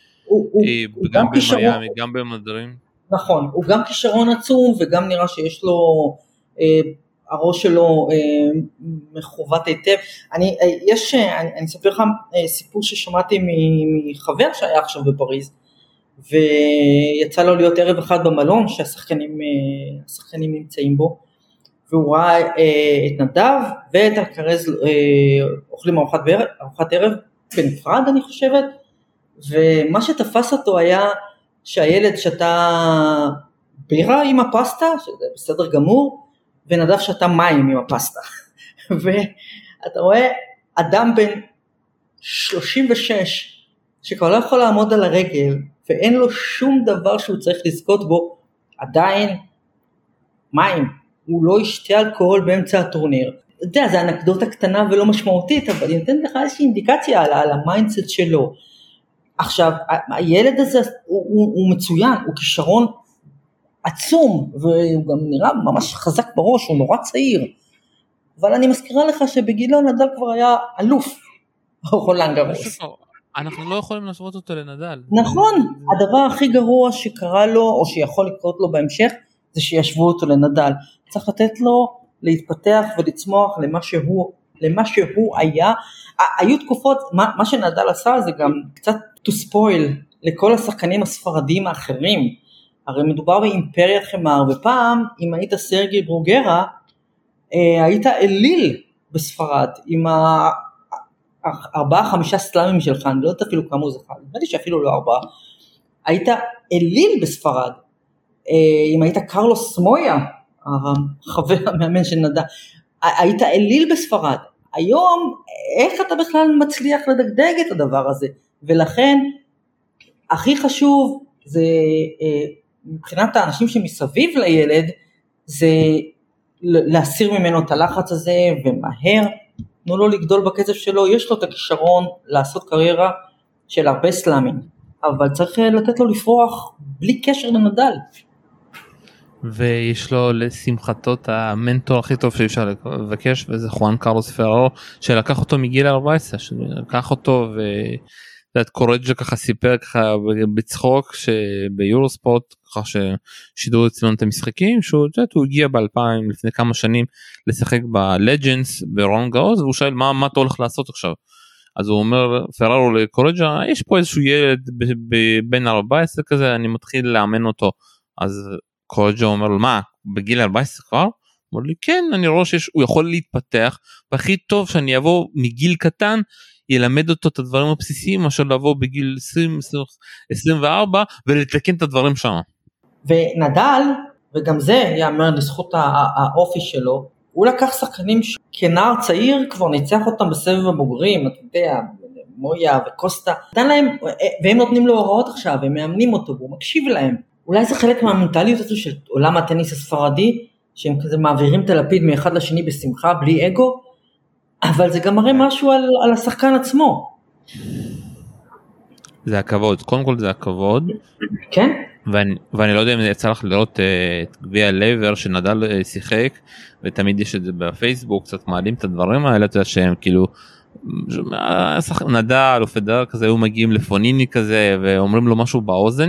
גם במיאמי, גם במדריד. נכון, הוא גם כישרון עצום וגם נראה שיש לו, הראש שלו מחוות היטב. אני, יש, אני, אני אספר לך סיפור ששמעתי מחבר שהיה עכשיו בפריז, ויצא לו להיות ערב אחד במלון שהשחקנים השחקנים נמצאים בו, והוא ראה את נדב ואת אלקרז אוכלים ארוחת בערב, ארוחת ערב בנפרד אני חושבת, ומה שתפס אותו היה שהילד שתה בירה עם הפסטה, שזה בסדר גמור, ונדב שתה מים עם הפסטה. ואתה רואה אדם בן שלושים ושש שכבר לא יכול לעמוד על הרגל, ואין לו שום דבר שהוא צריך לזכות בו, עדיין מים, הוא לא ישתה אלכוהול באמצע הטורניר. אתה יודע, זה אנקדוטה קטנה ולא משמעותית, אבל היא נותנת לך איזושהי אינדיקציה על, על המיינדסט שלו. עכשיו, הילד הזה הוא, הוא, הוא מצוין, הוא כישרון עצום, והוא גם נראה ממש חזק בראש, הוא נורא צעיר, אבל אני מזכירה לך שבגילו נדל כבר היה אלוף, רולאן גארוס. אנחנו לא יכולים להשוות אותו לנדל. נכון, הדבר הכי גרוע שקרה לו, או שיכול לקרות לו בהמשך, זה שישבו אותו לנדל. צריך לתת לו להתפתח ולצמוח למה שהוא, למה שהוא היה. היו תקופות, מה, מה שנדל עשה זה גם קצת to spoil לכל השחקנים הספרדיים האחרים. הרי מדובר באימפריית חמר, ופעם אם היית סרגי ברוגרה, היית אליל בספרד, עם הארבעה חמישה סלאמים שלך, אני לא יודעת אפילו כמה הוא זכה, נדמה לי שאפילו לא ארבעה, היית אליל בספרד, אם היית קרלוס מויה, החבר המאמן של נדל, היית אליל בספרד. היום איך אתה בכלל מצליח לדגדג את הדבר הזה? ולכן הכי חשוב זה מבחינת האנשים שמסביב לילד, זה להסיר ממנו את הלחץ הזה ומהר, תנו לו לגדול בקצב שלו, יש לו את הכישרון לעשות קריירה של הרבה סלאמים, אבל צריך לתת לו לפרוח בלי קשר לנדל. ויש לו לשמחתו את המנטור הכי טוב שאפשר לבקש, וזה חואן קרלוס פררו, שלקח אותו מגיל ארבע עשרה, שלקח אותו ו... את קורג'ה ככה סיפר ככה בצחוק שביורוספורט ככה ששידרו אצלנו את המשחקים שהוא הוא הגיע ב-אלפיים לפני כמה שנים לשחק בלג'נדס ברולאן גארוס, והוא שואל מה מה אתה הולך לעשות עכשיו, אז הוא אומר פררו לקורג'ה יש פה איזשהו ילד בין ארבע עשרה כזה, אני מתחיל לאמן אותו. אז קורג'ה אומר לו מה בגיל ארבע עשרה כבר? הוא אומר לי כן, אני רואה שהוא יכול להתפתח, והכי טוב שאני אבוא מגיל קטן ילמד אותו את הדברים הבסיסיים, מאשר לבוא בגיל עשרים עשרים וארבע ולתקן את הדברים שם. ונדל, וגם זה יאמר לזכות האופי שלו, הוא לקח שחקנים כנער צעיר, כבר ניצח אותם בסבב הבוגרים, אתה יודע, מויה וקוסטה, נתן להם, והם נותנים לו הוראות עכשיו, הם מאמנים אותו, והוא מקשיב להם. אולי זה חלק מהמנטליות הזו של עולם הטניס הספרדי, שהם כזה מעבירים את הלפיד מאחד לשני בשמחה, בלי אגו, אבל זה גם מראה משהו על, על השחקן עצמו. זה הכבוד, קודם כל זה הכבוד. כן. ואני, ואני לא יודע אם יצא לך לראות את גביע לייבר שנדל שיחק, ותמיד יש את זה בפייסבוק, קצת מעלים את הדברים האלה, אתה יודע שהם כאילו, נדל או פדרר כזה, היו מגיעים לפוניני כזה, ואומרים לו משהו באוזן,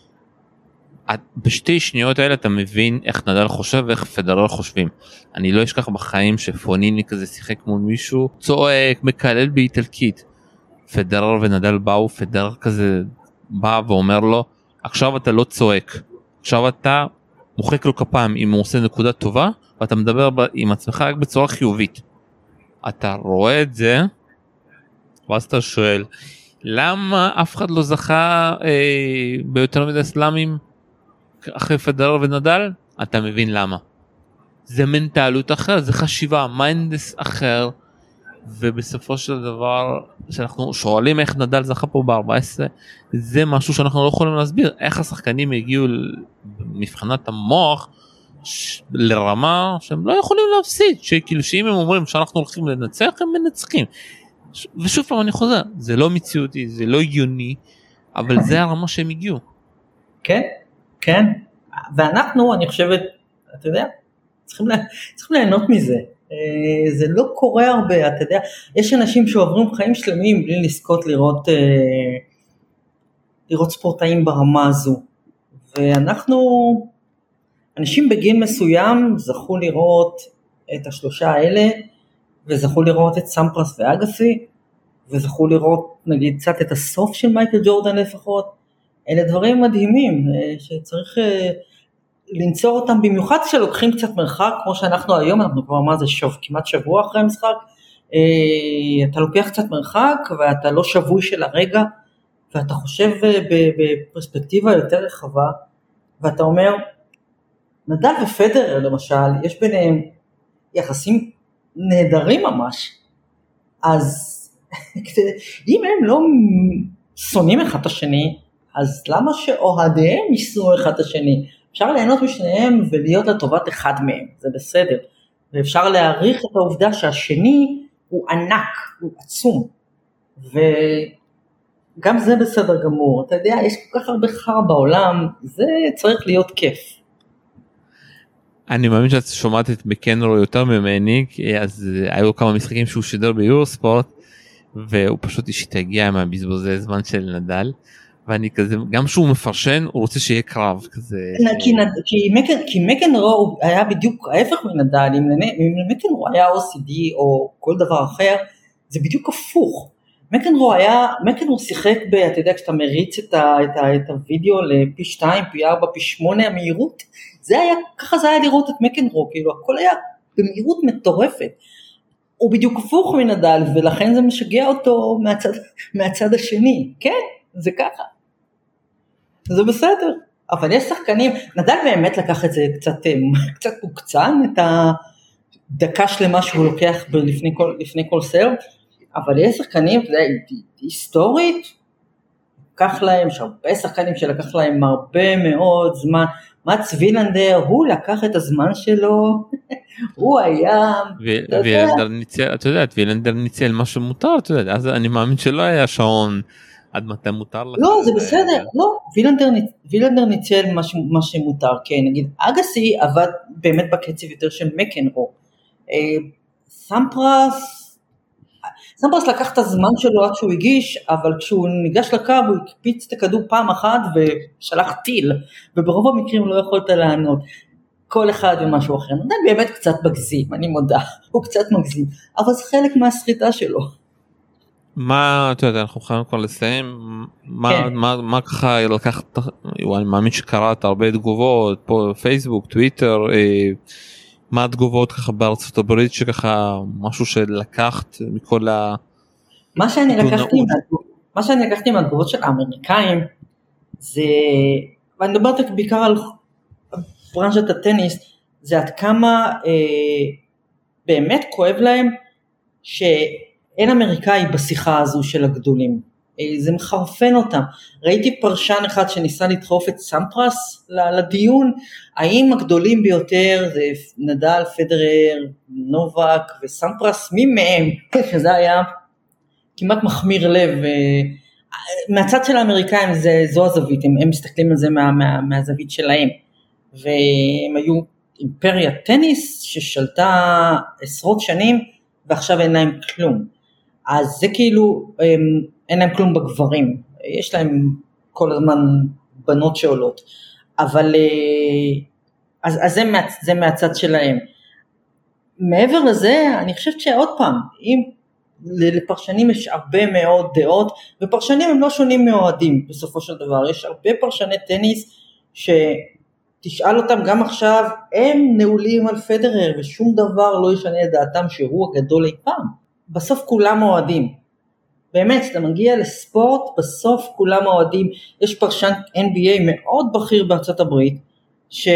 בשתי שניות האלה אתה מבין איך נדל חושב ואיך פדרר חושבים. אני לא אשכח בחיים שפוניני כזה שיחק מול מישהו צועק מקלל באיטלקית, פדרר ונדל באו, פדרר כזה בא ואומר לו עכשיו אתה לא צועק, עכשיו אתה מוחק לו כפיים אם הוא עושה נקודה טובה, ואתה מדבר עם עצמך רק בצורה חיובית. אתה רואה את זה ואז אתה שואל למה אף אחד לא זכה אה, ביותר מדי סלאמים אחרי פדרר ונדל? אתה מבין למה. זה מנטליות אחרת, זה חשיבה, מיינדס אחר, ובסופו של דבר, שאנחנו שואלים איך נדל זכה פה ב-ארבע עשרה, זה משהו שאנחנו לא יכולים להסביר, איך השחקנים הגיעו למבחנת המוח, ש... לרמה שהם לא יכולים להפסיד, שכאילו שאם הם אומרים שאנחנו הולכים לנצח, הם מנצחים. ש... ושוב פעם אני חוזר, זה לא מציאותי, זה לא הגיוני, אבל זה הרמה שהם הגיעו. כן, כן, ואנחנו, אני חושבת, אתה יודע, צריכים, לה... צריכים ליהנות מזה. זה לא קורה הרבה, אתה יודע, יש אנשים שעוברים חיים שלמים בלי לזכות לראות, לראות ספורטאים ברמה הזו, ואנחנו, אנשים בגיל מסוים זכו לראות את השלושה האלה, וזכו לראות את סמפרס ואגסי, וזכו לראות נגיד קצת את הסוף של מייקל ג'ורדן לפחות, אלה דברים מדהימים שצריך לנצור אותם, במיוחד שלוקחים קצת מרחק, כמו שאנחנו היום, אנחנו כבר מה זה שוב, כמעט שבוע אחרי המשחק, אתה לוקח קצת מרחק, ואתה לא שבוי של הרגע, ואתה חושב בפרספקטיבה יותר רחבה, ואתה אומר, נדל ופדרר למשל, יש ביניהם יחסים נהדרים ממש, אז אם הם לא שונאים אחד את השני, אז למה שאוהדיהם ישנאו אחד את השני? אפשר ליהנות משניהם ולהיות לטובת אחד מהם, זה בסדר. ואפשר להעריך את העובדה שהשני הוא ענק, הוא עצום. וגם זה בסדר גמור. אתה יודע, יש כל כך הרבה חר בעולם, זה צריך להיות כיף. אני מאמין שאת שומעת את מקנרו יותר ממני, אז היו כמה משחקים שהוא שידר ביורוספורט, והוא פשוט השתגע מהבזבוזי זמן של נדל. ואני כזה, גם שהוא מפרשן, הוא רוצה שיהיה קרב כזה. כי מקנרו היה בדיוק ההפך מנדל, אם מקנרו היה או סי די או כל דבר אחר, זה בדיוק הפוך. מקנרו היה, מקנרו שיחק ב, אתה יודע, כשאתה מריץ את הוידאו לפי שתיים, פי ארבע, פי שמונה, המהירות, זה היה, ככה זה היה לראות את מקנרו, כאילו הכל היה במהירות מטורפת. הוא בדיוק הפוך מנדל, ולכן זה משגע אותו מהצד, מהצד השני, כן? זה ככה, זה בסדר, אבל יש שחקנים, נדל באמת לקח את זה קצת, קצת מוקצן, את הדקה שלמה שהוא לוקח לפני כל, לפני כל סרב, אבל יש שחקנים, אתה יודע, היסטורית, לקח להם, יש הרבה שחקנים שלקח להם הרבה מאוד זמן, מאץ וילנדר, הוא לקח את הזמן שלו, הוא היה, וילנדר ניצל, אתה יודע, וילנדר ניצל מה שמותר, אתה יודע, אז אני מאמין שלא היה שעון, עד מתי מותר לך? לא, זה בסדר, לא, וילנדר, וילנדר ניצל מה, מה שמותר, כן, נגיד, אגסי עבד באמת בקצב יותר של מקנרו, סמפרס, סמפרס לקח את הזמן שלו עד שהוא הגיש, אבל כשהוא ניגש לקו, הוא הקפיץ את הכדור פעם אחת, ושלח טיל, וברוב המקרים לא יכולת לענות, כל אחד ומשהו אחר, נדל באמת קצת מגזים, אני מודה, הוא קצת מגזים, אבל זה חלק מהסריטה שלו. מה, אתה יודע, אנחנו חייבים כבר לסיים, מה, מה, מה ככה לקחת, אני מאמין שקראת הרבה תגובות, פה פייסבוק, טוויטר, מה התגובות ככה בארצות הברית, שככה משהו שלקחת מכל ה... מה שאני לקחתי, מה שאני לקחתי מהתגובות של האמריקאים, זה, ואני מדברת בעיקר על ברנז'ת הטניס, זה עד כמה אה, באמת כואב להם, ש... אין אמריקאי בשיחה הזו של הגדולים, זה מחרפן אותם. ראיתי פרשן אחד שניסה לדחוף את סמפרס לדיון, האם הגדולים ביותר זה נדל, פדרר, נובק וסמפרס, מי מהם, שזה היה כמעט מחמיר לב, מהצד של האמריקאים זה, זו הזווית, הם, הם מסתכלים על זה מה, מה, מהזווית שלהם, והם היו אימפריה טניס ששלטה עשרות שנים, ועכשיו אין להם כלום. אז זה כאילו, אין להם כלום בגברים, יש להם כל הזמן בנות שעולות, אבל אז, אז זה, מה, זה מהצד שלהם. מעבר לזה, אני חושבת שעוד פעם, אם לפרשנים יש הרבה מאוד דעות, ופרשנים הם לא שונים מאוהדים בסופו של דבר, יש הרבה פרשני טניס שתשאל אותם גם עכשיו, הם נעולים על פדרר, ושום דבר לא ישנה את דעתם שהוא הגדול אי פעם. בסוף כולם אוהדים, באמת, כשאתה מגיע לספורט, בסוף כולם אוהדים. יש פרשן אן בי איי מאוד בכיר בארצות הברית, שלא,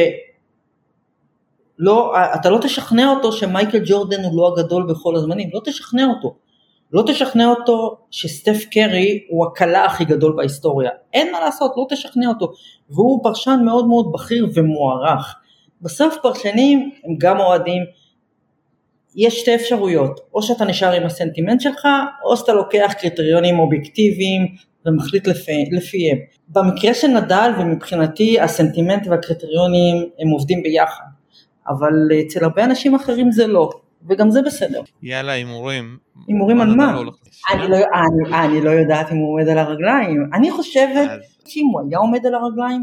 אתה לא תשכנע אותו שמייקל ג'ורדן הוא לא הגדול בכל הזמנים, לא תשכנע אותו, לא תשכנע אותו שסטף קרי הוא הקלה הכי גדול בהיסטוריה, אין מה לעשות, לא תשכנע אותו, והוא פרשן מאוד מאוד בכיר ומוערך, בסוף פרשנים הם גם אוהדים, יש שתי אפשרויות, או שאתה נשאר עם הסנטימנט שלך, או שאתה לוקח קריטריונים אובייקטיביים ומחליט לפי, לפיהם. במקרה של נדל ומבחינתי הסנטימנט והקריטריונים הם עובדים ביחד, אבל אצל הרבה אנשים אחרים זה לא, וגם זה בסדר. יאללה, הימורים. הימורים על מה? אני לא, אני, אני לא יודעת אם הוא עומד על הרגליים, אני חושבת שאם הוא היה עומד על הרגליים,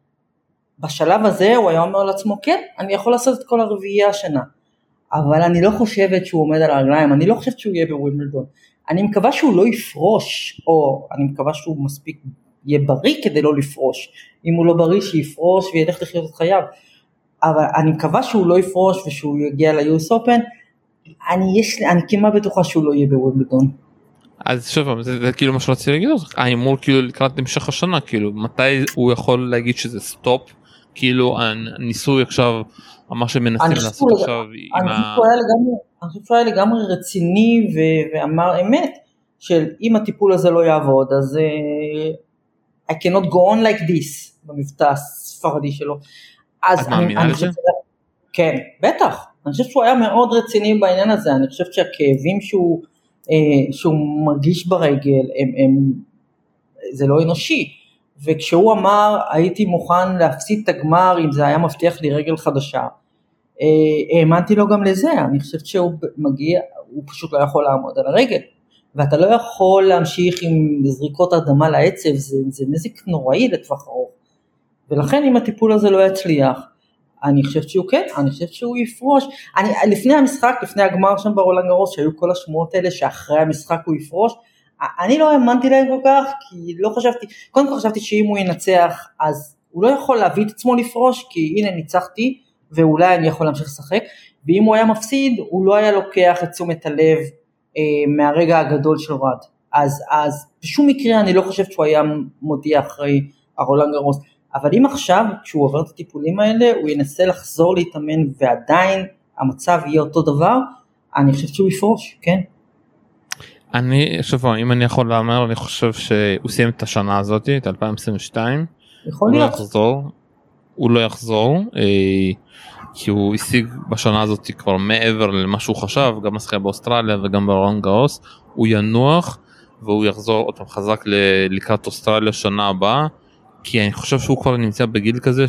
בשלב הזה הוא היה אומר לעצמו, כן, אני יכול לעשות את כל הרביעייה השנה, אבל אני לא חושבת שהוא עומד על הרגליים, אני לא חושבת שהוא יהיה בווימבלדון, אני מקווה שהוא לא יפרוש, או אני מקווה שהוא מספיק יהיה בריא כדי לא לפרוש, אם הוא לא בריא שיפרוש וילך לחיות את חייו, אבל אני מקווה שהוא לא יפרוש ושהוא יגיע ל-יו אס Open, אני, יש, אני כמעט בטוחה שהוא לא יהיה בווימבלדון. אז שוב, זה, זה כאילו מה שרציתי להגיד, האימור כאילו לקראת המשך השנה, כאילו מתי הוא יכול להגיד שזה סטופ, כאילו הניסוי עכשיו, מה שמנסים לעשות עכשיו עם ה... אני חושב שהוא היה לגמרי רציני ואמר אמת, של אם הטיפול הזה לא יעבוד, אז I cannot go on like this, במבטא הספרדי שלו. את מאמינה לזה? כן, בטח. אני חושב שהוא היה מאוד רציני בעניין הזה, אני חושב שהכאבים שהוא, אה, שהוא מרגיש ברגל, הם, הם, זה לא אנושי, וכשהוא אמר, הייתי מוכן להפסיד את הגמר, אם זה היה מבטיח לי רגל חדשה, אה, האמנתי לו גם לזה, אני חושבת שהוא מגיע, הוא פשוט לא יכול לעמוד על הרגל, ואתה לא יכול להמשיך עם זריקות אדמה לעצב, זה, זה נזק נוראי לטווח ארוך, ולכן אם הטיפול הזה לא יצליח, אני חושבת שהוא כן, אני חושבת שהוא יפרוש, אני, לפני המשחק, לפני הגמר שם ברולאן גארוס, שהיו כל השמועות האלה, שאחרי המשחק הוא יפרוש, אני לא האמנתי להם כל כך, כי לא חשבתי, קודם כל חשבתי שאם הוא ינצח, אז הוא לא יכול להביא את עצמו לפרוש, כי הנה ניצחתי, ואולי אני יכול להמשיך לשחק, ואם הוא היה מפסיד, הוא לא היה לוקח את תשומת הלב, אה, מהרגע הגדול של רד, אז, אז בשום מקרה אני לא חושבת שהוא היה מודיע אחרי הרולאן גארוס, אבל אם עכשיו, כשהוא עובר את הטיפולים האלה, הוא ינסה לחזור להתאמן, ועדיין המצב יהיה אותו דבר, אני חושב שהוא יפרוש, כן? אני, שבוע, אם אני יכול לאמר, אני חושב שהוא סיים את השנה הזאת, את אלפיים עשרים ושתיים, יכול הוא להיות. לא יחזור, הוא לא יחזור, אה, כי הוא השיג בשנה הזאת כבר מעבר למה שהוא חשב, גם משחק באוסטרליה וגם ברולאן גארוס, הוא ינוח, והוא יחזור עוד פעם חזק לקראת אוסטרליה שנה הבאה, כי אני חושב שהוא כבר נמצא בגיל כזה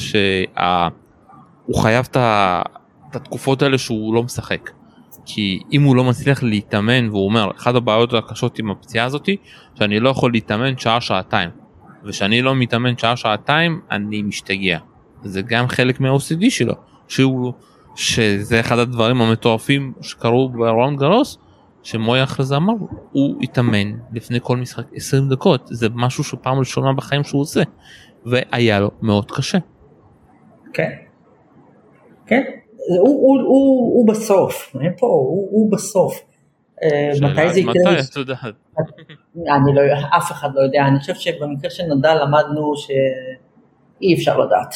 שהוא חייב את התקופות האלה שהוא לא משחק, כי אם הוא לא מצליח להתאמן, והוא אומר, אחד הבעיות הקשות עם הפציעה הזאת, שאני לא יכול להתאמן שעה שעתיים, ושאני לא מתאמן שעה שעתיים, אני משתגע. זה גם חלק מה-או סי די שלו, שהוא, שזה אחד הדברים המטורפים שקרו ברולאן גארוס, שמויה אחרי זה אמר, הוא התאמן לפני כל משחק עשרים דקות, זה משהו שפעם ראשונה בחיים שהוא עושה, והיה לו מאוד קשה. כן, כן, הוא, הוא, הוא, הוא בסוף, פה, הוא, הוא בסוף. מתי זה יקרה? מתי, את יודעת? אני לא, אף אחד לא יודע, אני חושב שבמקרה של נדל למדנו שאי אפשר לדעת.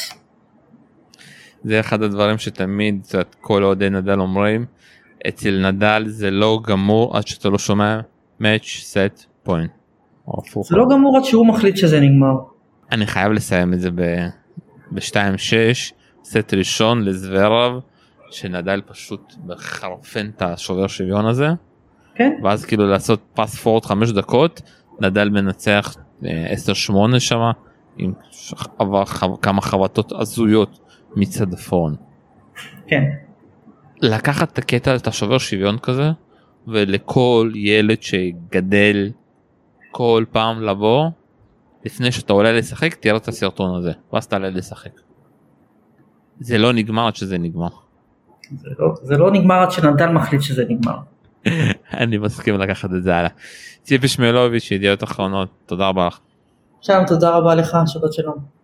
זה אחד הדברים שתמיד כל אוהדי נדל אומרים, אצל נדל זה לא גמור עד שאתה לא שומע match set point. זה לא גמור עד שהוא מחליט שזה נגמר. אני חייב לסיים את זה ב-שתיים שש, סט ראשון לזוורב, שנדל פשוט בחרפן את השובר שוויון הזה, כן. ואז כאילו לעשות פס פורט חמש דקות, נדל מנצח עשר שמונה שמה, עם כמה חבטות עזויות מצד הפורן. כן. לקחת את הקטע, את השובר שוויון כזה, ולכל ילד שגדל כל פעם לבוא, לפני שאתה עולה לשחק, תראה את הסרטון הזה, ואז תעלה לשחק. זה לא נגמר עד שזה נגמר. זה לא, זה לא נגמר עד שנדל מחליט שזה נגמר. אני מסכים לקחת את זה הלאה. ציפי שמלוביץ', ידיעות אחרונות, תודה רבה לך. שלום, תודה רבה לך, שבת שלום.